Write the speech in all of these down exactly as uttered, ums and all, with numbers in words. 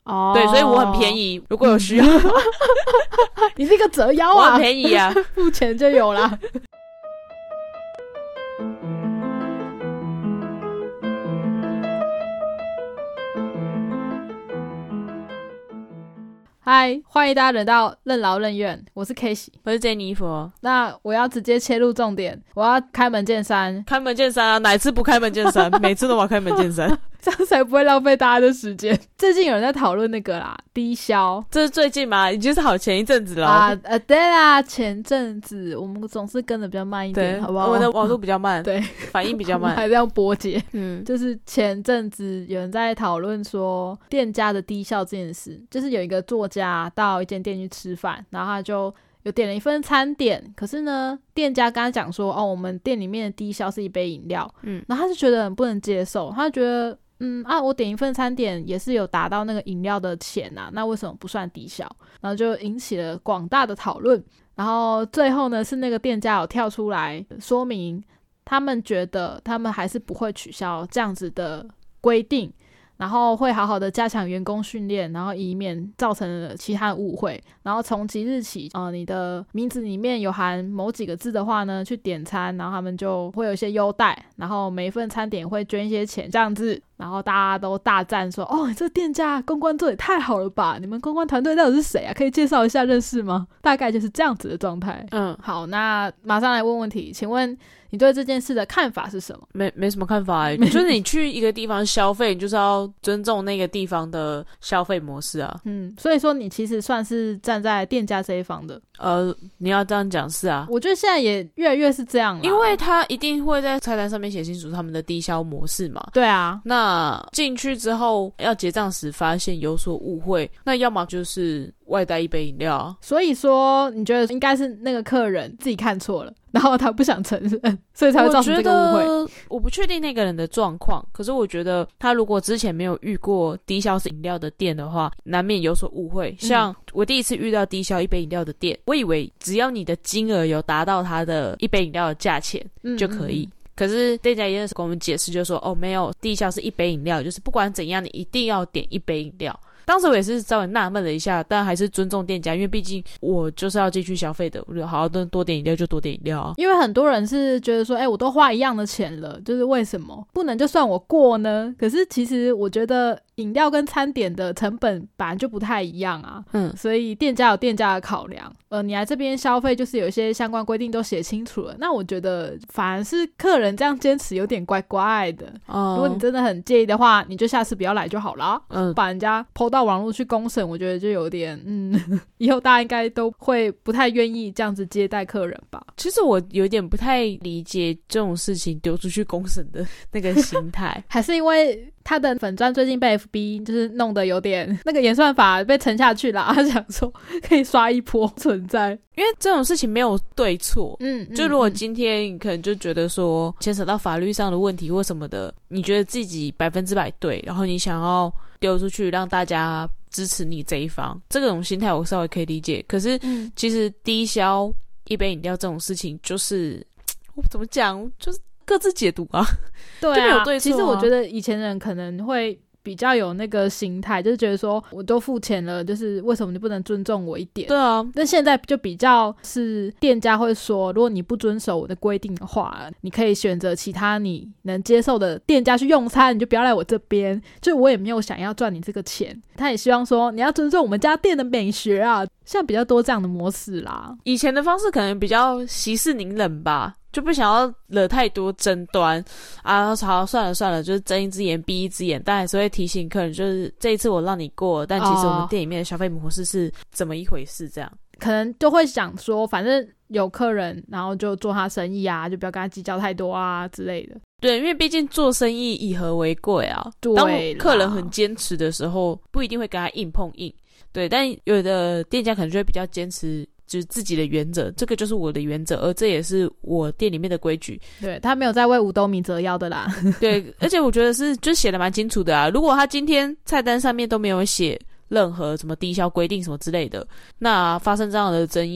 哦， 对，所以我很便宜，如果有需要你是个折腰啊， 我很便宜啊付钱就有啦嗨，欢迎大家来到任劳任怨，我是 K 喜， 我是 Jennifer。 那我要直接切入重点，我要开门见山。 开门见山啊，哪一次不开门见山？每次都要开门见山这样才不会浪费大家的时间。最近有人在讨论那个啦，低消， 这是最近吗？已经是好前一阵子了啊呃，对啦，前阵子我们总是跟的比较慢一点，好不好？ 我们的网络比较慢， 对， 反应比较慢， 还是要波解。 嗯， 就是前阵子有人在讨论说店家的低消这件事，就是有一个作家到一间店去吃饭，然后他就有点了一份餐点，可是呢店家跟他讲说，哦，我们店里面的低消是一杯饮料，嗯，然后他就觉得很不能接受，他就觉得嗯啊，我点一份餐点也是有达到那个饮料的钱啊，那为什么不算低消？然后就引起了广大的讨论。然后最后呢，是那个店家有跳出来说明，他们觉得他们还是不会取消这样子的规定，然后会好好的加强员工训练，然后以免造成了其他的误会。然后从即日起，呃，你的名字里面有含某几个字的话呢，去点餐，然后他们就会有一些优待，然后每一份餐点会捐一些钱，这样子。然后大家都大赞说，哦，这个店家公关做得也太好了吧，你们公关团队到底是谁啊？可以介绍一下认识吗？大概就是这样子的状态。嗯，好，那马上来问问题，请问你对这件事的看法是什么？ 没没什么看法、欸、就是你去一个地方消费，你就是要尊重那个地方的消费模式啊。 嗯，所以说你其实算是站在店家这一方的。 呃，你要这样讲是啊， 我觉得现在也越来越是这样啦， 因为他一定会在菜单上面写清楚他们的低消模式嘛。 对啊， 那进去之后要结账时发现有所误会，那要么就是外带一杯饮料啊。 所以说你觉得应该是那个客人自己看错了，然后他不想承认，所以才会造成这个误会。 我, 我不确定那个人的状况，可是我觉得他如果之前没有遇过低消是饮料的店的话，难免有所误会。像我第一次遇到低消一杯饮料的店，我以为只要你的金额有达到他的一杯饮料的价钱就可以，嗯嗯嗯，可是店家也是跟我们解释，就说哦，没有，低消是一杯饮料，就是不管怎样你一定要点一杯饮料。当时我也是稍微纳闷了一下，但还是尊重店家，因为毕竟我就是要进去消费的，我就好好的多点饮料就多点饮料啊。 因为很多人是觉得说，哎、欸，我都花一样的钱了，就是为什么不能就算我过呢？可是其实我觉得饮料跟餐点的成本本来就不太一样啊，嗯，所以店家有店家的考量，呃，你来这边消费就是有一些相关规定都写清楚了，那我觉得反而是客人这样坚持有点怪怪的。嗯，如果你真的很介意的话，你就下次不要来就好啦。嗯，把人家 po 到网络去公审，我觉得就有点嗯，以后大家应该都会不太愿意这样子接待客人吧。 其实我有点不太理解这种事情丢出去公审的那个心态还是因为他的粉专最近被 F B 就是弄得有点那个演算法被沉下去了，他想说可以刷一波存在， 因为这种事情没有对错。嗯，就如果今天你可能就觉得说牵扯到法律上的问题或什么的，你觉得自己百分之百对，然后你想要丢出去让大家支持你这一方，这种心态我稍微可以理解。可是其实低消一杯饮料这种事情就是我怎么讲，就是各自解读啊。 对啊， 就没有对错啊。 其实我觉得以前人可能会比较有那个心态，就是觉得说我都付钱了，就是为什么你不能尊重我一点？ 对啊， 但现在就比较是店家会说，如果你不遵守我的规定的话，你可以选择其他你能接受的店家去用餐，你就不要来我这边，就我也没有想要赚你这个钱。他也希望说你要尊重我们家店的美学啊，现在比较多这样的模式啦。 以前的方式可能比较息事宁人吧，就不想要惹太多争端啊，好，算了算了，就是睁一只眼闭一只眼，但还是会提醒客人，就是这一次我让你过，但其实我们店里面的消费模式是怎么一回事，这样可能就会想说反正有客人然后就做他生意啊，就不要跟他计较太多啊之类的。 对，因为毕竟做生意以和为贵啊，当客人很坚持的时候不一定会跟他硬碰硬，对，但有的店家可能就会比较坚持就是自己的原则，这个就是我的原则，而这也是我店里面的规矩。 对，他没有在为五斗米折腰的啦。 对，而且我觉得是就写的蛮清楚的啊，如果他今天菜单上面都没有写任何什么低消规定什么之类的，那发生这样的争议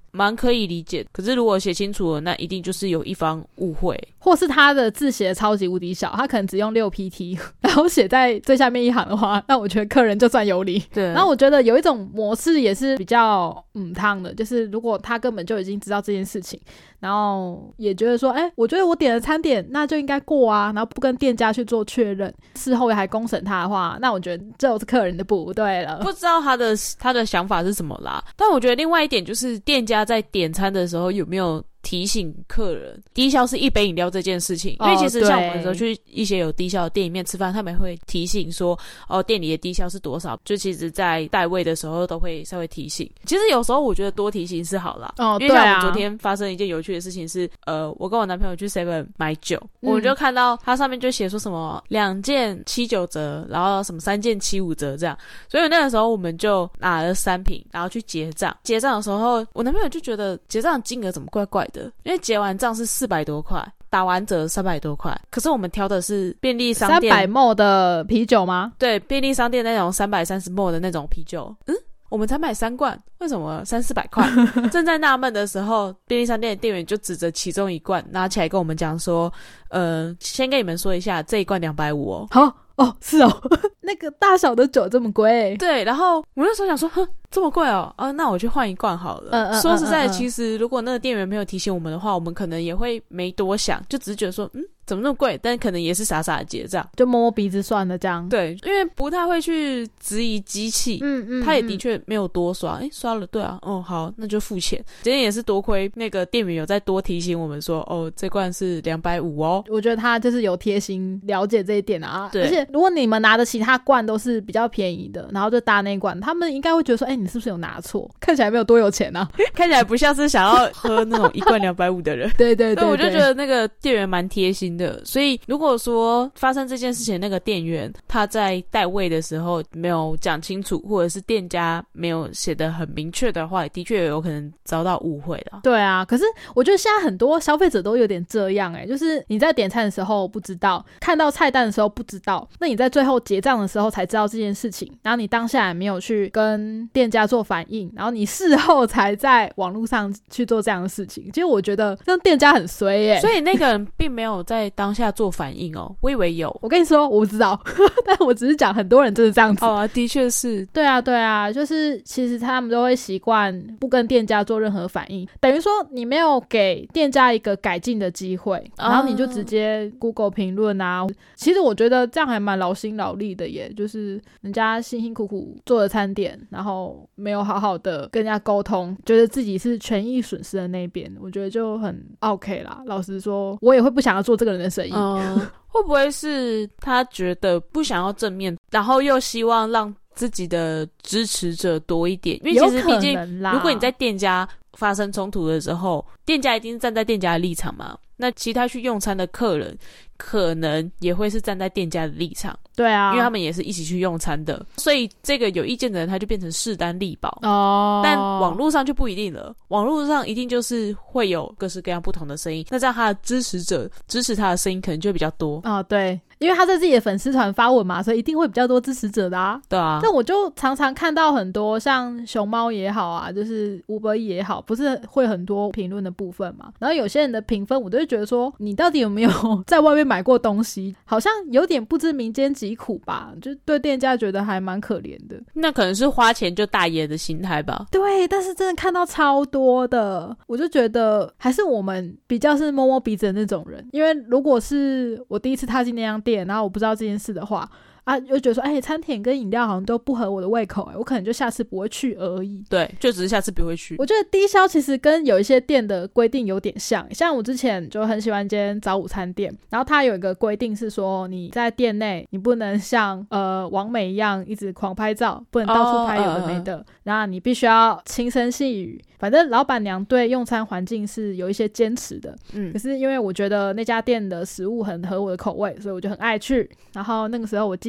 蛮可以理解。可是如果写清楚了，那一定就是有一方误会， 或是他的字写的超级无敌小，他可能只用六 P T 然后写在最下面一行的话，那我觉得客人就算有理。 对， 然后我觉得有一种模式也是比较嗯汤的，就是如果他根本就已经知道这件事情，然后也觉得说哎，我觉得我点的餐点那就应该过啊，然后不跟店家去做确认，事后还公审他的话，那我觉得这就是客人的不对了。 不知道他的他的想法是什么啦。但我觉得另外一点就是店家在点餐的时候有没有提醒客人低消是一杯饮料这件事情，因为其实像我们有时候去一些有低消的店里面吃饭，他们会提醒说哦，店里的低消是多少，就其实在带位的时候都会稍微提醒。其实有时候我觉得多提醒是好啦， 哦， 因为像我们昨天发生一件有趣的事情是呃，我跟我男朋友去 seven 买酒、嗯、我们就看到它上面就写说什么两件七九折，然后什么三件七五折这样，所以那个时候我们就拿了三瓶然后去结账。结账的时候我男朋友就觉得结账的金额怎么怪怪的，因为结完账是四百多块，打完折三百多块，可是我们挑的是便利商店三百 ml 的啤酒吗？ 对，便利商店那种三百三十 ml 的那种啤酒。嗯，我们才买三罐，为什么三四百块？正在纳闷的时候，便利商店的店员就指着其中一罐拿起来跟我们讲说，呃，先跟你们说一下，这一罐两百五哦。 好哦，是哦，那个大小的酒这么贵？ 对，然后我那时候想说，哼，这么贵哦，啊，那我去换一罐好了。嗯嗯。说实在的，其实如果那个店员没有提醒我们的话，我们可能也会没多想，就只是觉得说，嗯，怎么那么贵？但可能也是傻傻的结账， 就摸摸鼻子算了这样。 对，因为不太会去质疑机器，嗯嗯，他也的确没有多刷，诶，刷了，对啊，哦好，那就付钱。今天也是多亏那个店员有再多提醒我们说，哦，这罐是两百五哦。 我觉得他就是有贴心了解这一点啊。 对， 而且如果你们拿的其他罐都是比较便宜的，然后就搭那一罐，他们应该会觉得说，哎、欸，你是不是有拿错？看起来没有多有钱啊， 看起来不像是想要喝那种一罐两百五的人。 对对 对, 对, 对， 我就觉得那个店员蛮贴心的。所以如果说发生这件事情，那个店员他在带位的时候没有讲清楚，或者是店家没有写得很明确的话，的确有可能遭到误会了。 对啊，可是我觉得现在很多消费者都有点这样哎、欸，就是你在点餐的时候不知道，看到菜单的时候不知道，那你在最后结账的时候才知道这件事情，然后你当下也没有去跟店家做反应，然后你事后才在网络上去做这样的事情。其实我觉得让店家很衰耶、欸， 所以那个人并没有在当下做反应哦，我以为有。 我跟你说我不知道但我只是讲很多人真的这样子。 哦、啊，的确是。 对啊对啊，就是其实他们都会习惯不跟店家做任何反应，等于说你没有给店家一个改进的机会，然后你就直接 Google 评论啊。其实我觉得这样还蛮劳心劳力的耶，就是人家辛辛苦苦做的餐点，然后没有好好的跟人家沟通，觉得自己是权益损失的那边，我觉得就很 OK 啦。老实说我也会不想要做这个人的生意。 嗯，会不会是他觉得不想要正面，然后又希望让自己的支持者多一点？因为其实毕竟如果你在店家发生冲突的时候，店家一定是站在店家的立场嘛，那其他去用餐的客人可能也会是站在店家的立场。 对啊， 因为他们也是一起去用餐的，所以这个有意见的人他就变成势单力薄哦。 但网络上就不一定了，网络上一定就是会有各式各样不同的声音，那这样他的支持者支持他的声音可能就会比较多。 哦，对，因为他在自己的粉丝团发文嘛，所以一定会比较多支持者的啊。 对啊， 但我就常常看到很多像熊猫也好啊，就是 Uber Eats 也好，不是会很多评论的部分嘛，然后有些人的评分我都会觉得说，你到底有没有在外面买过东西，好像有点不知民间疾苦吧，就对店家觉得还蛮可怜的。 那可能是花钱就大爷的心态吧。 对，但是真的看到超多的，我就觉得还是我们比较是摸摸鼻子的那种人，因为如果是我第一次踏进那家店，然后我不知道这件事的话啊，又觉得说哎、欸，餐点跟饮料好像都不合我的胃口、欸，我可能就下次不会去而已。 对，就只是下次不会去。 我觉得低消其实跟有一些店的规定有点像，像我之前就很喜欢一间早午餐店，然后它有一个规定是说，你在店内你不能像呃网美一样一直狂拍照，不能到处拍有的没的， oh, uh, uh. 然后你必须要轻声细语。反正老板娘对用餐环境是有一些坚持的，嗯，可是因为我觉得那家店的食物很合我的口味，所以我就很爱去。然后那个时候我记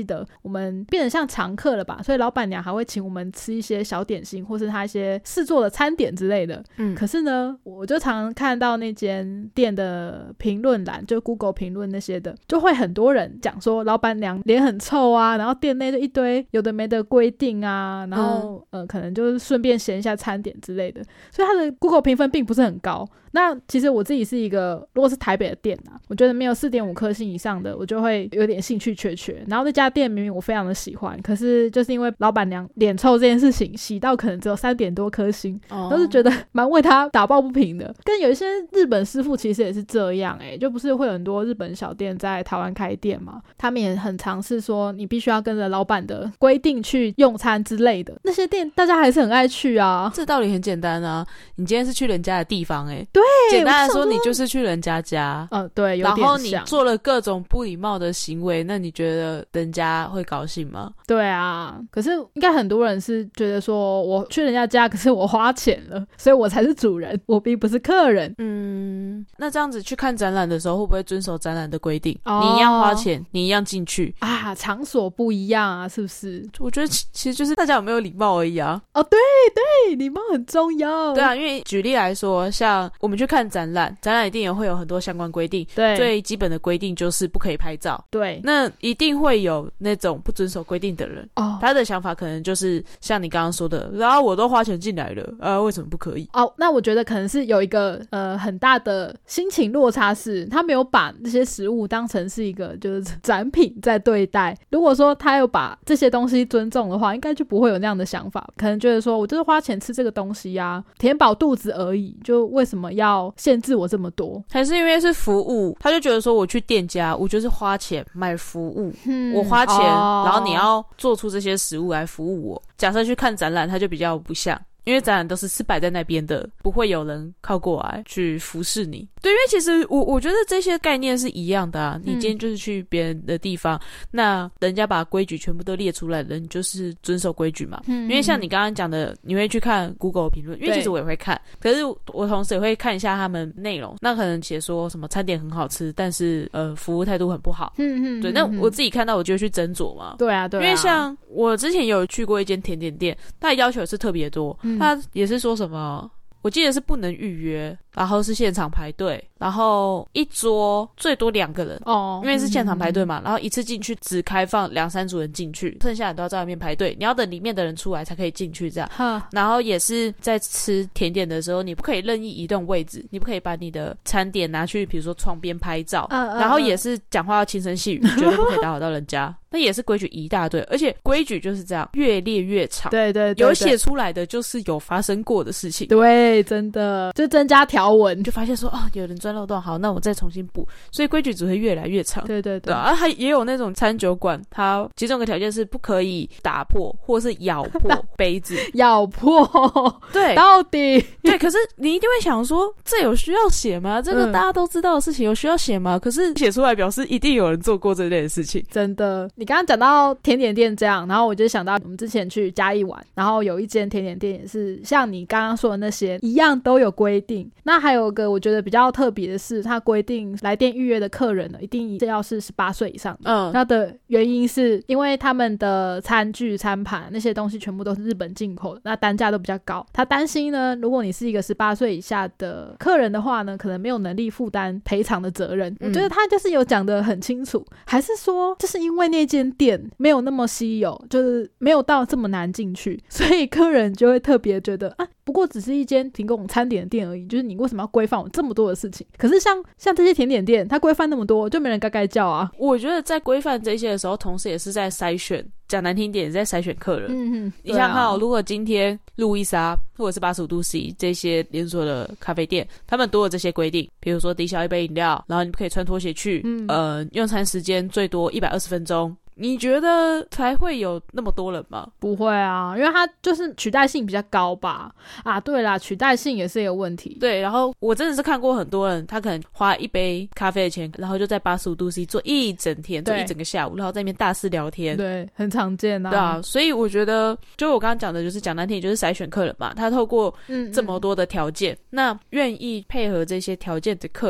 的我们变得像常客了吧，所以老板娘还会请我们吃一些小点心或是他一些试做的餐点之类的。嗯，可是呢我就常常看到那间店的评论栏，就 Google 评论那些的，就会很多人讲说老板娘脸很臭啊，然后店内就一堆有的没的规定啊，然后、嗯、呃可能就是顺便嫌一下餐点之类的，所以他的 Google 评分并不是很高。那其实我自己是一个，如果是台北的店啊，我觉得没有 四点五 颗星以上的我就会有点兴趣缺缺。然后那家店明明我非常的喜欢，可是就是因为老板娘脸臭这件事情洗到可能只有三点多颗星，哦、都是觉得蛮为他打抱不平的。跟有一些日本师傅其实也是这样欸，就不是会有很多日本小店在台湾开店嘛，他们也很尝试说你必须要跟着老板的规定去用餐之类的，那些店大家还是很爱去啊。 这道理很简单啊，你今天是去人家的地方欸， 对， 简单来说你就是去人家家， 嗯，对，有点像， 然后你做了各种不礼貌的行为，那你觉得人家会高兴吗？ 对啊，可是应该很多人是觉得说我去人家家，可是我花钱了，所以我才是主人，我并不是客人。 嗯，那这样子去看展览的时候会不会遵守展览的规定？哦、你一样花钱，你一样进去啊，场所不一样啊，是不是？ 我觉得其实就是大家有没有礼貌而已啊。 哦，对对，礼貌很重要。 对啊，因为举例来说，像我们去看展览，展览一定也会有很多相关规定， 对， 最基本的规定就是不可以拍照， 对， 那一定会有那种不遵守规定的人，哦，他的想法可能就是像你刚刚说的，然后我都花钱进来了，啊，为什么不可以？ 哦，那我觉得可能是有一个呃很大的心情落差，是他没有把这些食物当成是一个就是展品在对待。如果说他有把这些东西尊重的话，应该就不会有那样的想法，可能觉得说我就是花钱吃这个东西啊，填饱肚子而已，就为什么要限制我这么多？ 还是因为是服务，他就觉得说我去店家我就是花钱买服务，嗯，我花钱、哦、然后你要做出这些食物来服务我。假设去看展览，他就比较不像，因为展览都是是摆在那边的，不会有人靠过来去服侍你。对，因为其实我我觉得这些概念是一样的啊。你今天就是去别人的地方、嗯、那人家把规矩全部都列出来了，你就是遵守规矩嘛。嗯，因为像你刚刚讲的，你会去看 Google 评论，因为其实我也会看，可是我同时也会看一下他们内容。那可能写说什么餐点很好吃，但是呃服务态度很不好。嗯嗯，对，那我自己看到我就会去斟酌嘛。 对啊对啊， 因为像我之前有去过一间甜点店，它的要求也是特别多。嗯，他也是说什么，我记得是不能预约，然后是现场排队，然后一桌最多两个人哦，因为是现场排队嘛、嗯、然后一次进去只开放两三组人进去，剩下人都要在外面排队，你要等里面的人出来才可以进去这样。然后也是在吃甜点的时候，你不可以任意移动位置，你不可以把你的餐点拿去比如说窗边拍照、嗯、然后也是讲话要轻声细语，绝对不可以打扰到人家那也是规矩一大堆，而且规矩就是这样越列越长。对 对, 对, 对，有写出来的就是有发生过的事情。 对，真的就增加条文， 就发现说哦，有人钻漏洞，好，那我再重新补，所以规矩只会越来越长。 对对 对, 对啊，还也有那种餐酒馆，它其中一个条件是不可以打破或是咬破杯子。 咬破？对，到底对，可是你一定会想说，这有需要写吗？这个大家都知道的事情有需要写吗？嗯、可是写出来表示一定有人做过这类的事情， 真的。你刚刚讲到甜点店这样，然后我就想到我们之前去嘉义玩，然后有一间甜点店也是像你刚刚说的那些一样都有规定。那还有一个我觉得比较特别的是，它规定来店预约的客人呢，一定要是十八岁以上的。嗯，那的原因是因为他们的餐具餐盘那些东西全部都是日本进口的，那单价都比较高，他担心呢，如果你是一个十八岁以下的客人的话呢，可能没有能力负担赔偿的责任、嗯、我觉得他就是有讲得很清楚。还是说就是因为那间店没有那么稀有，就是没有到这么难进去，所以客人就会特别觉得啊，不过只是一间提供餐点的店而已，就是你为什么要规范我这么多的事情？可是像像这些甜点店，它规范那么多，就没人该该叫啊。 我觉得在规范这些的时候，同时也是在筛选，讲难听点也在筛选客人。嗯嗯，你想想看哦，如果今天路易莎或者是八十五度 C 这些连锁的咖啡店，他们多了这些规定，比如说低消一杯饮料，然后你不可以穿拖鞋去，嗯、呃，用餐时间最多一百二十分钟。你觉得才会有那么多人吗？ 不会啊，因为它就是取代性比较高吧。啊，对啦，取代性也是一个问题。 对，然后我真的是看过很多人，他可能花一杯咖啡的钱，然后就在八十五度 C 坐一整天，坐一整个下午，然后在那边大肆聊天。 对，很常见啊。 对啊，所以我觉得，就我刚刚讲的，就是讲难听，就是筛选客人嘛。他透过这么多的条件，嗯嗯那愿意配合这些条件的客人，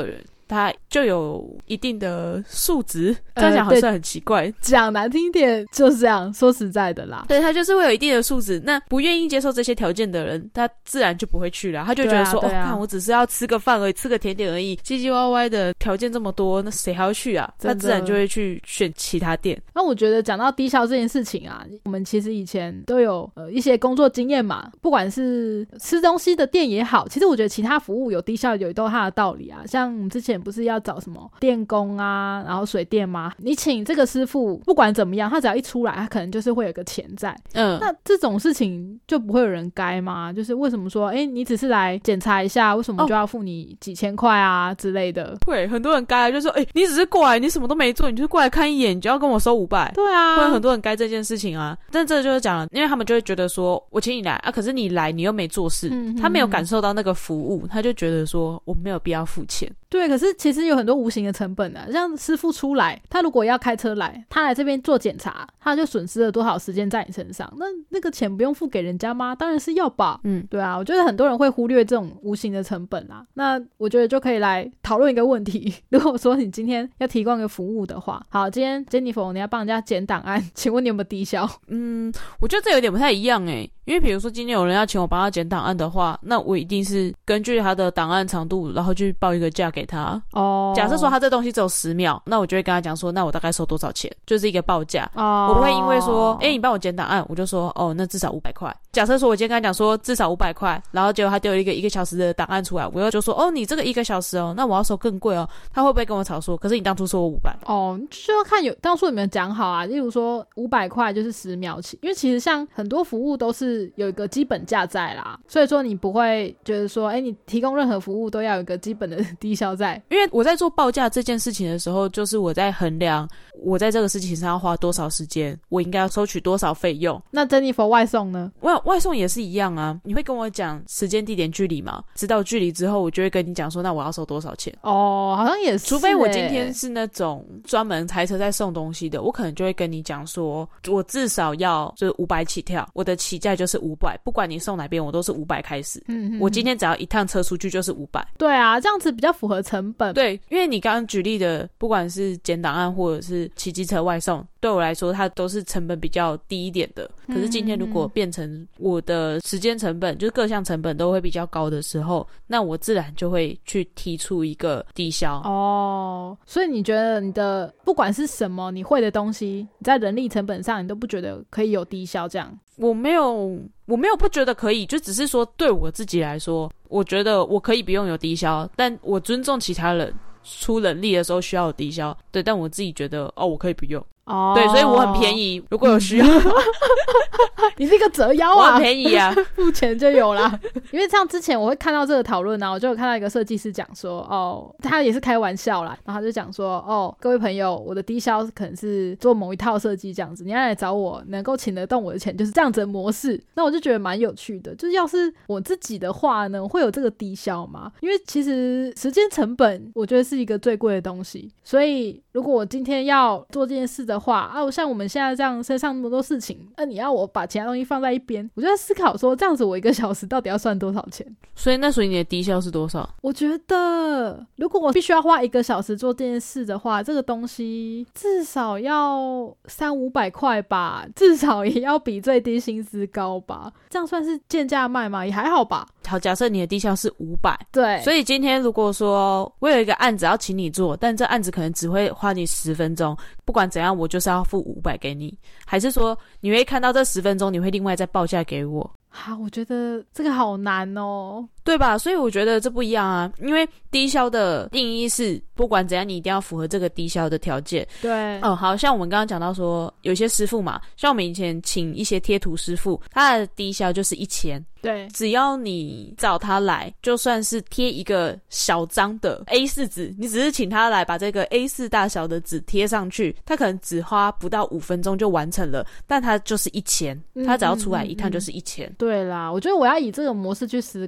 他就有一定的素质，这样讲好像很奇怪， 讲难听一点就是这样，说实在的啦， 对，他就是会有一定的素质，那不愿意接受这些条件的人，他自然就不会去了，他就觉得说、啊啊、哦，看我只是要吃个饭而已，吃个甜点而已，唧唧歪歪的条件这么多，那谁还要去啊？他自然就会去选其他店。 那我觉得讲到低消这件事情啊，我们其实以前都有呃一些工作经验嘛，不管是吃东西的店也好，其实我觉得其他服务有低消有都它的道理啊。像我们之前不是要找什么电工啊，然后水电吗？你请这个师傅不管怎么样，他只要一出来，他可能就是会有个钱在。嗯，那这种事情就不会有人该吗？就是为什么说，哎，你只是来检查一下，为什么就要付你几千块啊、哦、之类的？ 会很多人该就说，哎，你只是过来，你什么都没做，你就是过来看一眼，你就要跟我收五百。 对啊， 会有很多人该这件事情啊。但这就是讲了，因为他们就会觉得说，我请你来啊，可是你来你又没做事，嗯、他没有感受到那个服务，他就觉得说我没有必要付钱。 对，可是其实有很多无形的成本啊，像师傅出来，他如果要开车来，他来这边做检查，他就损失了多少时间在你身上，那那个钱不用付给人家吗？当然是要吧。嗯，对啊，我觉得很多人会忽略这种无形的成本啦。那我觉得就可以来讨论一个问题，如果说你今天要提供一个服务的话，好，今天 Jennifer 你要帮人家剪档案，请问你有没有低消？ 嗯，我觉得这有点不太一样诶，因为比如说今天有人要请我帮他剪档案的话，那我一定是根据他的档案长度，然后去报一个价给他。哦，假设说他这东西只有十秒，那我就会跟他讲说，那我大概收多少钱，就是一个报价。哦，我不会因为说，哎、欸，你帮我剪档案，我就说，哦，那至少五百块。假设说我今天跟他讲说至少五百块，然后结果他丢了一个一个小时的档案出来，我又就说，哦，你这个一个小时哦，那我要收更贵哦。他会不会跟我吵说，可是你当初说我五百？ 哦，就要看有当初有没有讲好啊。例如说五百块就是十秒起，因为其实像很多服务都是有一个基本价在啦，所以说你不会觉得说，哎、欸，你提供任何服务都要有一个基本的低消在。 因为我在做报价这件事情的时候，就是我在衡量我在这个事情上要花多少时间，我应该要收取多少费用。 那 Jennifer 外送呢？ 外外送也是一样啊，你会跟我讲时间地点距离嘛，知道距离之后我就会跟你讲说，那我要收多少钱。 哦，好像也是、欸、 除非我今天是那种专门开车在送东西的，我可能就会跟你讲说，我至少要就是五百起跳，我的起价就是五百，不管你送哪边我都是五百开始。嗯哼哼，我今天只要一趟车出去就是五百。 对啊，这样子比较符合成本。 对，因为你刚刚举例的不管是剪档案或者是骑机车外送，对我来说它都是成本比较低一点的。可是今天如果变成我的时间成本就是各项成本都会比较高的时候，那我自然就会去提出一个低消。 哦，所以你觉得你的不管是什么你会的东西，你在人力成本上你都不觉得可以有低消这样？ 我没有我没有不觉得可以，就只是说对我自己来说，我觉得我可以不用有低消，但我尊重其他人出人力的时候需要有低消。对，但我自己觉得哦，我可以不用。哦，对，所以我很便宜，如果有需要你是一个折腰啊， 我很便宜啊， 付钱就有啦。因为像之前我会看到这个讨论啊，我就有看到一个设计师讲说，哦，他也是开玩笑啦，然后他就讲说，哦，各位朋友，我的低消可能是做某一套设计这样子，你要来找我能够请得动我的钱，就是这样子的模式。那我就觉得蛮有趣的，就是要是我自己的话呢，会有这个低消吗？因为其实时间成本我觉得是一个最贵的东西，所以如果我今天要做这件事的话啊，像我们现在这样身上那么多事情，那、啊、你要我把其他东西放在一边，我就在思考说，这样子我一个小时到底要算多少钱？ 所以那所以你的低消是多少？ 我觉得如果我必须要花一个小时做这件事的话，这个东西至少要三五百块吧，至少也要比最低薪资高吧，这样算是贱价卖吗？也还好吧。 好，假设你的低消是五百， 对， 所以今天如果说我有一个案子要请你做，但这案子可能只会花你十分钟，不管怎样我就是要付五百给你，还是说你会看到这十分钟你会另外再报价给我？ 啊，我觉得这个好难哦， 对吧？所以我觉得这不一样啊，因为低消的定义是不管怎样你一定要符合这个低消的条件。 对， 嗯，好像我们刚刚讲到说有些师傅嘛，像我们以前请一些贴图师傅，他的低消就是一千。 对， 只要你找他来，就算是贴一个小张的 A 四 纸，你只是请他来把这个 A 四 大小的纸贴上去，他可能只花不到五分钟就完成了，但他就是一千，他只要出来一趟就是一千。 对啦，我觉得我要以这个模式去思考。 那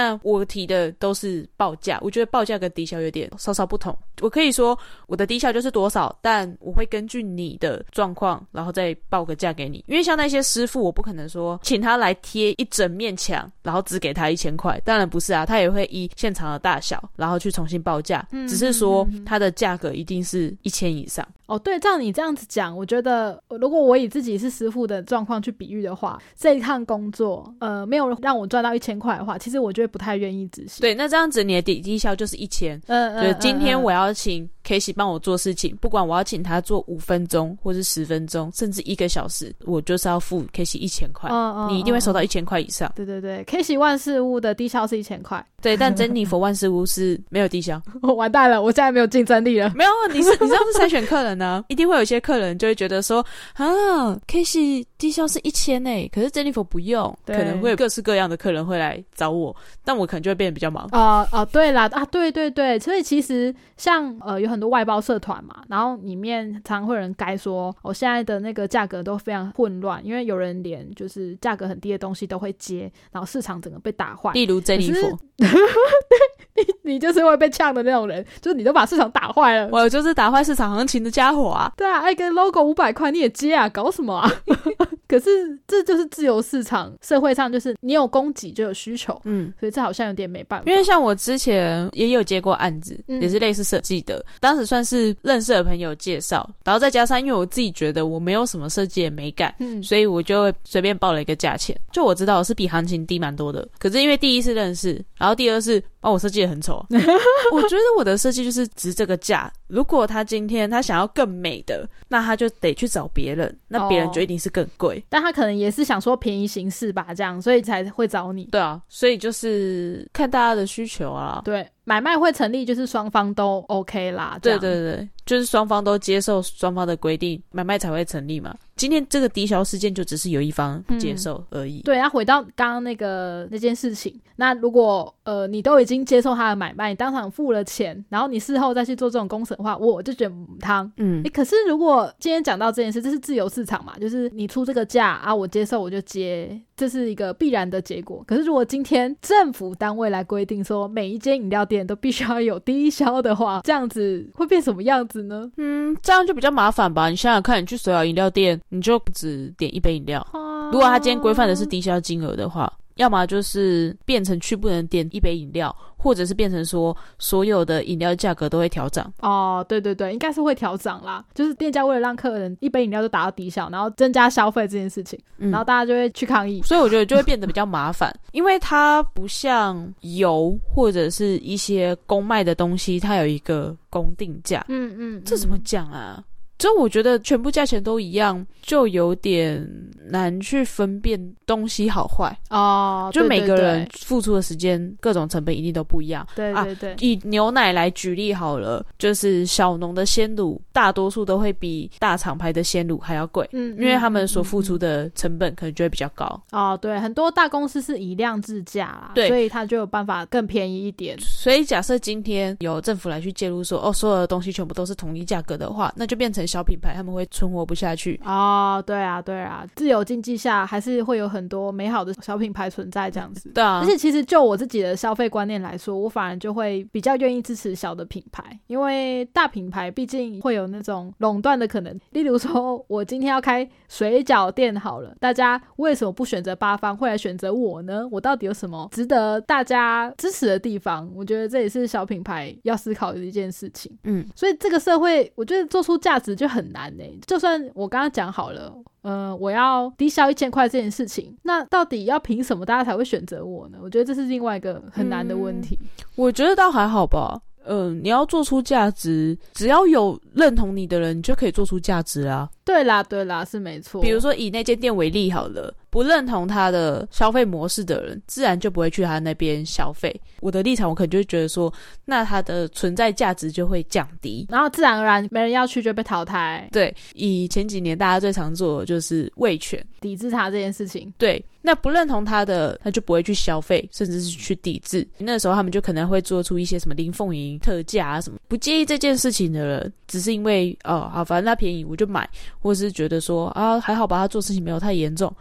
那我提的都是报价，我觉得报价跟低消有点稍稍不同。我可以说我的低消就是多少，但我会根据你的状况然后再报个价给你。因为像那些师傅，我不可能说请他来贴一整面墙然后只给他一千块，当然不是啊，他也会依现场的大小然后去重新报价、嗯、只是说他的价格一定是一千以上。 哦，对，照你这样子讲，我觉得如果我以自己是师傅的状况去比喻的话，这一趟工作呃没有让我赚到一千块的话，其实我就会不太愿意执行。 对，那这样子你的底低消就是一千。 嗯嗯， 就是今天我要请 Casey 帮我做事情，不管我要请他做五分钟或是十分钟甚至一个小时，我就是要付 Casey 一千块。嗯嗯，你一定会收到一千块以上。 对对对 ，Casey 万事屋的低消是一千块。 对，但珍妮佛万事屋是没有低消。 我完蛋了，我现在没有竞争力了。 没有，你是你这样是筛选客人呢、啊，一定会有一些客人就会觉得说啊 ，Casey 低消是一千诶，可是珍妮佛不用，可能会有各式各样的客人会来找我，但我可能就会变得比较忙。 哦、呃、哦，对啦，啊，对对对，所以其实像呃有很多外包社团嘛，然后里面常常会有人该说，我、哦、现在的那个价格都非常混乱，因为有人连就是价格很低的东西都会接，然后市场整个被打坏。 例如珍妮佛。 你, 你就是会被呛的那种人，就是你都把市场打坏了。 我就是打坏市场行情的家伙啊！ 对啊，一个 logo 五百块你也接啊，搞什么啊？可是这就是自由市场，社会上就是你有供给就有需求，嗯，所以这好像有点没办法。 因为像我之前也有接过案子，嗯、也是类似设计的，当时算是认识的朋友介绍，然后再加上因为我自己觉得我没有什么设计的美感，嗯，所以我就会随便报了一个价钱，就我知道是比行情低蛮多的。可是因为第一次认识，然后第二是帮、哦、我设计得很丑，我觉得我的设计就是值这个价。如果他今天他想要更美的，那他就得去找别人，那别人就一定是更贵、哦。 但他可能也是想说便宜行事吧，这样，所以才会找你。 对啊，所以就是看大家的需求啊。 对，买卖会成立就是双方都 OK 啦。 对对对，就是双方都接受双方的规定，买卖才会成立嘛。今天这个低消事件就只是有一方不接受而已。 嗯、对，要回到刚刚那个那件事情，那如果呃你都已经接受他的买卖，你当场付了钱，然后你事后再去做这种公审的话，我就觉得母汤。嗯，诶，可是如果今天讲到这件事，这是自由市场嘛，就是你出这个价啊，我接受我就接，这是一个必然的结果。可是如果今天政府单位来规定说每一间饮料店都必须要有低消的话，这样子会变什么样子呢？ 嗯，这样就比较麻烦吧。你想想看，你去手摇饮料店，你就只点一杯饮料。如果他今天规范的是低消金额的话，要么就是变成去不能点一杯饮料，或者是变成说所有的饮料价格都会调涨。 哦，对对对，应该是会调涨啦，就是店家为了让客人一杯饮料都达到低消，然后增加消费这件事情、嗯、然后大家就会去抗议。 所以我觉得就会变得比较麻烦因为它不像油或者是一些公卖的东西，它有一个公定价。嗯 嗯, 嗯，这怎么讲啊？就我觉得全部价钱都一样，就有点难去分辨东西好坏哦。 就每个人付出的时间各种成本一定都不一样。 对对对、啊、 以牛奶来举例好了，就是小农的鲜乳大多数都会比大厂牌的鲜乳还要贵。嗯，因为他们所付出的成本可能就会比较高。 哦，对，很多大公司是以量制价啦，对，所以它就有办法更便宜一点。 所以假设今天有政府来去介入说，哦，所有的东西全部都是统一价格的话，那就变成小品牌他们会存活不下去。 哦，对啊对啊，自由经济下还是会有很多美好的小品牌存在这样子。 对啊， 而且其实就我自己的消费观念来说，我反而就会比较愿意支持小的品牌，因为大品牌毕竟会有那种垄断的可能。例如说我今天要开水饺店好了，大家为什么不选择八方会来选择我呢？我到底有什么值得大家支持的地方？我觉得这也是小品牌要思考的一件事情。嗯，所以这个社会我觉得做出价值就很难欸。就算我刚刚讲好了呃，我要低消一千块这件事情，那到底要凭什么大家才会选择我呢？我觉得这是另外一个很难的问题。 嗯、我觉得倒还好吧。嗯、呃，你要做出价值，只要有认同你的人，你就可以做出价值啦。 对啦对啦，是没错。 比如说以那间店为例好了，不认同他的消费模式的人，自然就不会去他那边消费。我的立场我可能就会觉得说，那他的存在价值就会降低， 然后自然而然没人要去就被淘汰。 对，以前几年大家最常做的就是味全， 抵制他这件事情。 对，那不认同他的他就不会去消费，甚至是去抵制。那时候他们就可能会做出一些什么林凤营特价啊什么，不介意这件事情的人，只是因为哦好反正他便宜我就买，或是觉得说啊还好吧他做事情没有太严重，那认同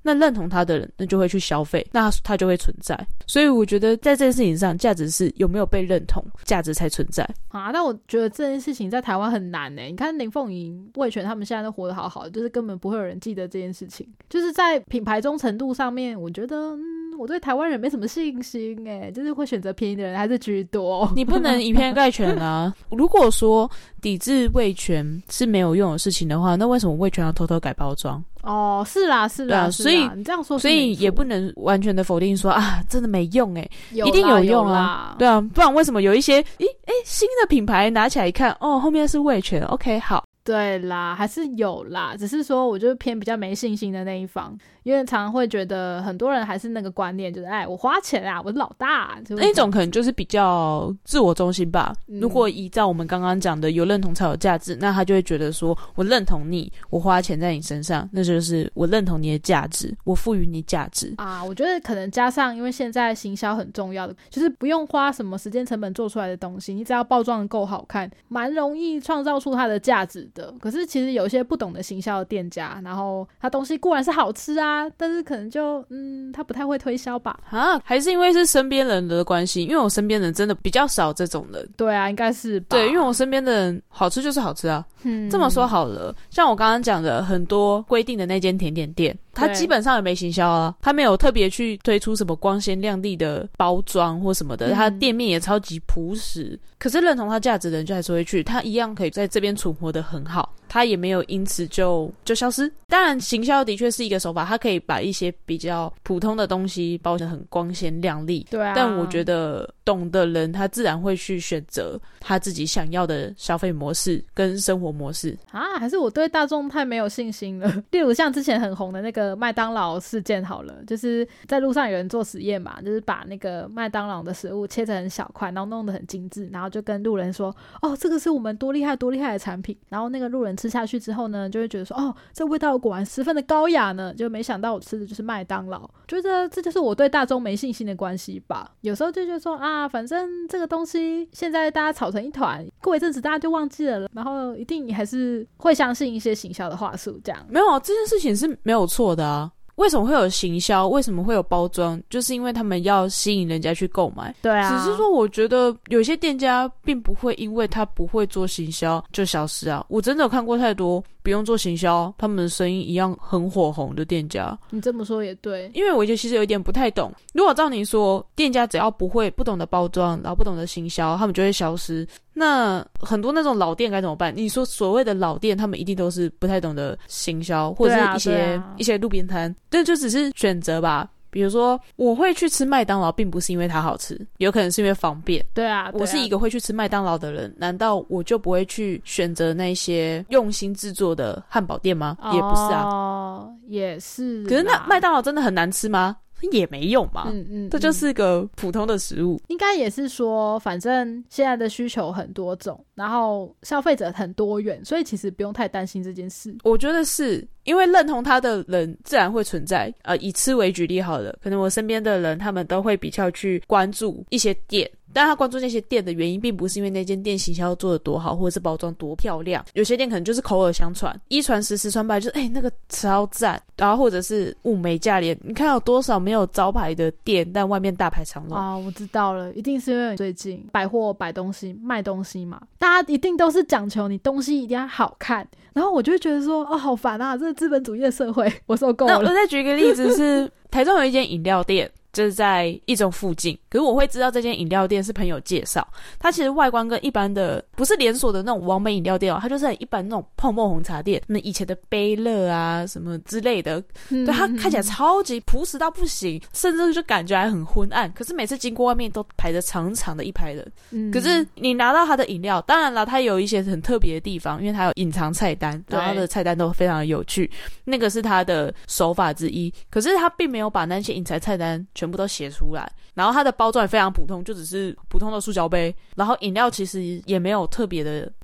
同它的人，那就会去消费，那它就会存在。所以我觉得在这件事情上，价值是有没有被认同，价值才存在啊。但我觉得这件事情在台湾很难欸，你看林凤营、味全他们现在都活得好好的，就是根本不会有人记得这件事情。就是在品牌忠诚度上面，我觉得嗯，我对台湾人没什么信心欸，就是会选择便宜的人还是居多。 你不能以偏概全啊。如果说抵制味全是没有用的事情的话，那为什么味全要偷偷改包装？ 哦，是啦是啦， 对啊， 是啦， 所以你这样说是所以也不能完全的否定说啊，真的没用诶， 有一定有用啊，对啊，不然为什么有一些诶诶新的品牌拿起来一看，哦，后面是味全 ，OK 好。 对啦，还是有啦，只是说我就偏比较没信心的那一方，因为常常会觉得很多人还是那个观念，就是哎，我花钱啊，我是老大， 那种可能就是比较自我中心吧、嗯、如果依照我们刚刚讲的有认同才有价值，那他就会觉得说我认同你，我花钱在你身上，那就是我认同你的价值，我赋予你价值啊。我觉得可能加上因为现在行销很重要的，就是不用花什么时间成本做出来的东西，你只要包装得够好看，蛮容易创造出它的价值的。可是其实有些不懂得行销的店家，然后他东西固然是好吃啊，但是可能就嗯，他不太会推销吧。 啊，还是因为是身边人的关系，因为我身边人真的比较少这种人。 对啊，应该是吧。 对，因为我身边的人好吃就是好吃啊。嗯，这么说好了，像我刚刚讲的很多规定的那间甜点店，它基本上也没行销啊，它没有特别去推出什么光鲜亮丽的包装或什么的，它店面也超级朴实。可是认同它价值的人就还是会去，它一样可以在这边存活得很好，它也没有因此就就消失。当然行销的确是一个手法，它可以把一些比较普通的东西包得很光鲜亮丽， 对啊， 但我觉得懂的人他自然会去选择他自己想要的消费模式跟生活模式啊。还是我对大众太没有信心了。例如像之前很红的那个麦当劳事件好了，就是在路上有人做实验嘛，就是把那个麦当劳的食物切成很小块，然后弄得很精致，然后就跟路人说，哦，这个是我们多厉害多厉害的产品。然后那个路人吃下去之后呢，就会觉得说，哦，这味道果然十分的高雅呢，就没想到我吃的就是麦当劳。觉得这就是我对大众没信心的关系吧。有时候就觉得说啊，反正这个东西现在大家吵成一团，过一阵子大家就忘记了，然后一定还是会相信一些行销的话术这样。 没有，这件事情是没有错的啊。为什么会有行销？为什么会有包装？就是因为他们要吸引人家去购买。 对啊， 只是说我觉得有些店家并不会因为他不会做行销就消失啊。我真的有看过太多不用做行销，他们的生意一样很火红的店家。 你这么说也对， 因为我就其实有一点不太懂。如果照你说，店家只要不会不懂得包装，然后不懂得行销，他们就会消失。那很多那种老店该怎么办？你说所谓的老店，他们一定都是不太懂得行销，或者是一些、啊啊、一些路边摊，这就只是选择吧。比如说我会去吃麦当劳并不是因为它好吃，有可能是因为方便。 对啊，对啊， 我是一个会去吃麦当劳的人，难道我就不会去选择那些用心制作的汉堡店吗？也不是啊。 哦，也是。 可是那麦当劳真的很难吃吗？也没用嘛。 嗯嗯， 这就是个普通的食物。 应该也是说反正现在的需求很多种，然后消费者很多元，所以其实不用太担心这件事。 我觉得是因为认同他的人自然会存在。呃，以吃为举例好了，可能我身边的人他们都会比较去关注一些店，但他关注那些店的原因并不是因为那间店行销做得多好，或者是包装多漂亮。有些店可能就是口耳相传，一传十十传百，就是哎、欸、那个超赞，然后或者是物美价廉。你看有多少没有招牌的店，但外面大排长龙啊？我知道了，一定是因为最近百货摆东西卖东西嘛，大家一定都是讲求你东西一定要好看，然后我就会觉得说哦好烦啊，这个资本主义的社会我受够了。 那我再举一个例子是台中有一间饮料店，就是在一中附近，可是我会知道这间饮料店是朋友介绍。它其实外观跟一般的不是连锁的那种网美饮料店哦，它就是很一般那种泡沫红茶店，那以前的杯乐啊什么之类的。对，它看起来超级朴实到不行，甚至就感觉还很昏暗。可是每次经过外面都排着长长的一排人。嗯，可是你拿到它的饮料，当然啦，它有一些很特别的地方，因为它有隐藏菜单，然后它的菜单都非常的有趣，那个是它的手法之一。可是它并没有把那些隐藏菜单全部都写出来，然后它的包装也非常普通，就只是普通的塑胶杯，然后饮料其实也没有特别的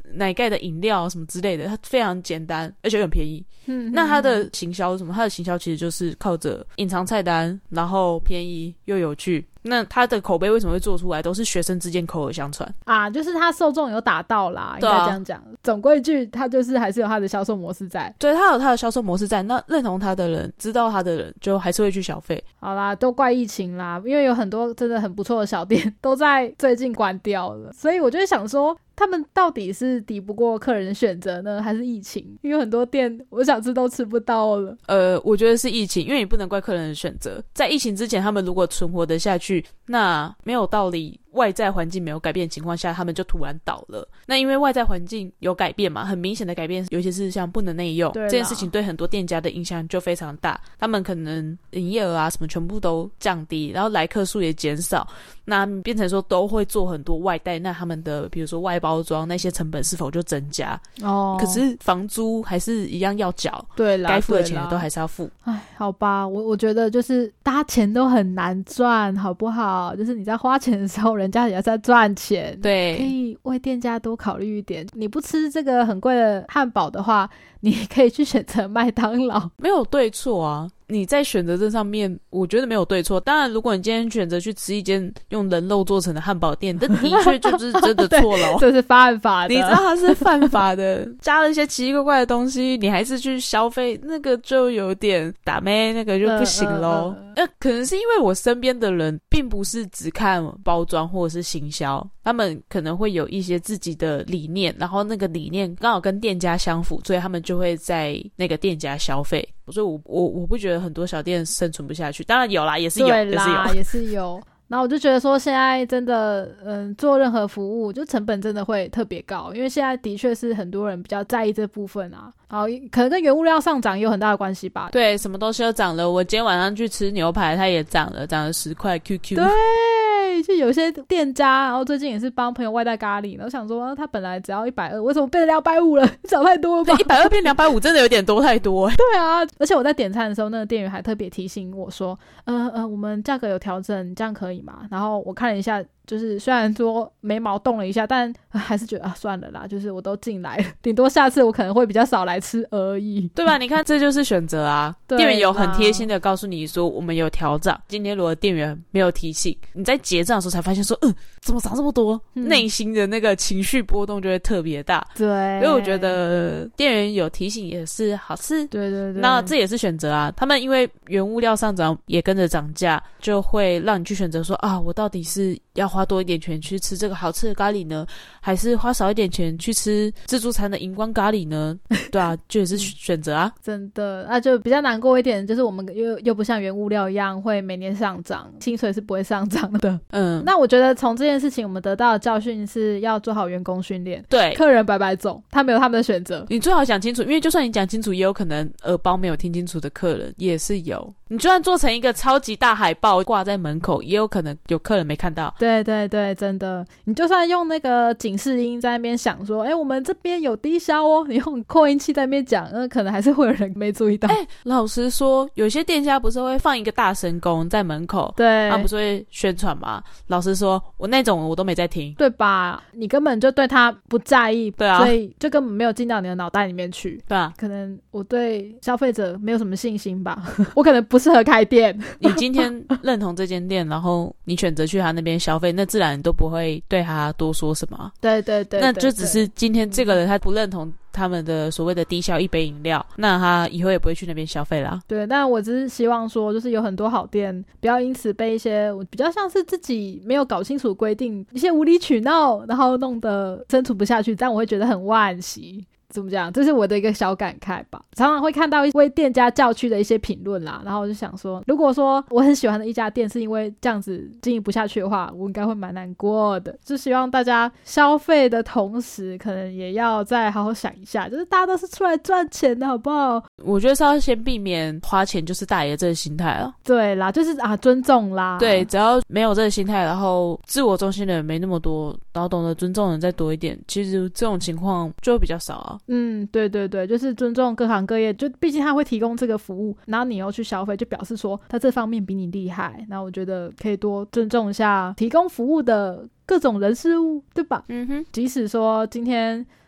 奶盖的饮料什么之类的，它非常简单而且很便宜。 嗯， 那它的行销是什么？它的行销其实就是靠着隐藏菜单，然后便宜又有趣。那它的口碑为什么会做出来，都是学生之间口耳相传啊，就是它受众有打到啦，应对啊该这样讲。总归一句，它就是还是有它的销售模式在。 对，它有它的销售模式在，那认同它的人，知道它的人就还是会去消费。 好啦，都怪疫情啦，因为有很多真的很不错的小店都在最近关掉了，所以我就想说他们到底是抵不过客人的选择呢，还是疫情？因为很多店我想吃都吃不到了。 呃，我觉得是疫情，因为你不能怪客人的选择。在疫情之前，他们如果存活得下去，那没有道理外在环境没有改变的情况下，他们就突然倒了。那因为外在环境有改变嘛，很明显的改变，尤其是像不能内用这件事情，对很多店家的影响就非常大。他们可能营业额啊什么全部都降低，然后来客数也减少，那变成说都会做很多外带，那他们的比如说外包装那些成本是否就增加？哦，可是房租还是一样要缴， 对啦， 该付的钱都还是要付。 哎，好吧，我我觉得就是大家钱都很难赚，好不好？就是你在花钱的时候，人家也在赚钱， 对， 可以为店家多考虑一点。你不吃这个很贵的汉堡的话，你可以去选择麦当劳， 没有对错啊。你在选择这上面我觉得没有对错，当然如果你今天选择去吃一间用人肉做成的汉堡店，这的确就是真的错了、哦、 这是犯法的， 你知道它是犯法的加了一些奇奇怪怪的东西，你还是去消费，那个就有点打妹，那个就不行咯、嗯嗯嗯、呃，可能是因为我身边的人并不是只看包装或者是行销，他们可能会有一些自己的理念，然后那个理念刚好跟店家相符，所以他们就会在那个店家消费。所以我我我不觉得很多小店生存不下去，当然有啦，也是有， 对啦， 也是有， 也是有。然后我就觉得说，现在真的，嗯，做任何服务就成本真的会特别高，因为现在的确是很多人比较在意这部分啊。然后可能跟原物料上涨也有很大的关系吧。 对，什么东西都涨了。我今天晚上去吃牛排，它也涨了，涨了十块 Q Q。 对，就有些店家，然后最近也是帮朋友外带咖喱，然后想说，啊、他本来只要一百二，为什么变成两百五了？涨太多了吧？ 一百二变两百五，真的有点多太多、欸。 对啊，而且我在点餐的时候，那个店员还特别提醒我说，呃呃，我们价格有调整，这样可以吗？然后我看了一下。就是虽然说眉毛动了一下，但、呃、还是觉得啊算了啦，就是我都进来了，顶多下次我可能会比较少来吃而已， 对吧？你看这就是选择啊。店员有很贴心的告诉你说我们有调涨，今天如果店员没有提醒，你在结账的时候才发现说嗯怎么涨这么多，内、嗯、心的那个情绪波动就会特别大。 对， 所以我觉得店员有提醒也是好事。 对对对， 那这也是选择啊，他们因为原物料上涨也跟着涨价，就会让你去选择说啊我到底是要花多一点钱去吃这个好吃的咖喱呢，还是花少一点钱去吃自助餐的荧光咖喱呢？对啊，就也是选择啊。 真的，那就比较难过一点，就是我们又又不像原物料一样会每年上涨，薪水是不会上涨的。嗯，那我觉得从这件事情我们得到的教训是要做好员工训练。 对， 客人百百种，他们有他们的选择， 你最好讲清楚，因为就算你讲清楚，也有可能耳包没有听清楚的客人也是有。你就算做成一个超级大海报挂在门口，也有可能有客人没看到。 对对对，真的，你就算用那个警示音在那边想说，哎，我们这边有低消哦，你用扩音器在那边讲，那可能还是会有人没注意到。 哎，老实说，有些店家不是会放一个大神功在门口， 对， 他不是会宣传吗？老实说，我那种我都没在听， 对吧？你根本就对他不在意， 对啊， 所以就根本没有进到你的脑袋里面去， 对啊。 可能我对消费者没有什么信心吧，我可能不适合开店。 你今天认同这间店，然后你选择去他那边消费，那自然都不会对他多说什么。 对对 对, 对， 那就只是今天这个人他不认同他们的所谓的低消一杯饮料，那他以后也不会去那边消费啦。 对，但我只是希望说，就是有很多好店不要因此被一些比较像是自己没有搞清楚规定，一些无理取闹，然后弄得生存不下去，这样我会觉得很惋惜。怎么讲？这是我的一个小感慨吧。常常会看到为店家叫屈的一些评论啦，然后我就想说，如果说我很喜欢的一家店是因为这样子经营不下去的话，我应该会蛮难过的。就希望大家消费的同时，可能也要再好好想一下，就是大家都是出来赚钱的，好不好？ 我觉得是要先避免花钱就是大爷这个心态啊。 对啦，就是啊，尊重啦。 对，只要没有这个心态，然后自我中心的人没那么多，然后懂得尊重人再多一点，其实这种情况就会比较少啊。 嗯，对对对，就是尊重各行各业，就毕竟他会提供这个服务，然后你又去消费，就表示说他这方面比你厉害，那我觉得可以多尊重一下提供服务的各种人事物，对吧？嗯哼，即使说今天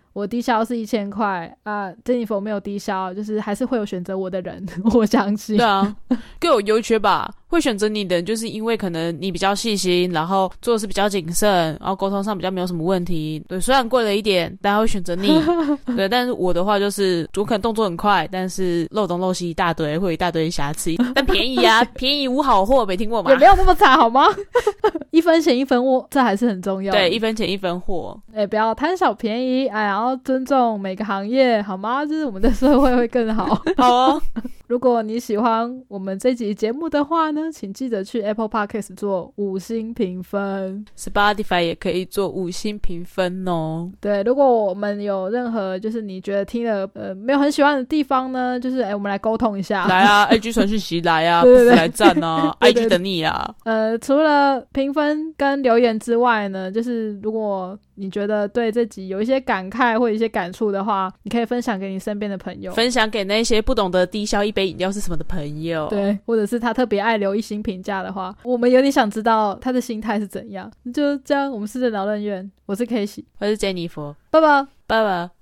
我低消是一千块啊，珍妮佛没有低消，就是还是会有选择我的人，我相信。 对啊，各有优缺吧。会选择你的人，就是因为可能你比较细心，然后做事比较谨慎，然后沟通上比较没有什么问题。对，虽然贵了一点，但他会选择你。对，但是我的话就是，我可能动作很快，但是漏东漏西一大堆，会有一大堆瑕疵。但便宜啊，便宜无好货，没听过吗？ 也没有那么惨好吗？一分钱一分货，这还是很重要的。 对，一分钱一分货。 哎，不要贪小便宜，哎，然后尊重每个行业，好吗？就是我们的社会会更好。 好哦。 如果你喜欢我们这集节目的话呢，请记得去 Apple Podcast 做五星评分， Spotify 也可以做五星评分哦。 对，如果我们有任何就是你觉得听了呃没有很喜欢的地方呢，就是哎我们来沟通一下。 来啊，I G 传讯息来啊， 对对对， 不服来战啊，I G 等你啊。 呃，除了评分跟留言之外呢，就是如果你觉得对这集有一些感慨或一些感触的话，你可以分享给你身边的朋友， 分享给那些不懂得低消一杯饮料是什么的朋友。 对，或者是他特别爱留一星评价的话，我们有点想知道他的心态是怎样。就这样，我们是在讨论院，我是 K 喜， 我是 Jennifer， 拜拜， 拜拜。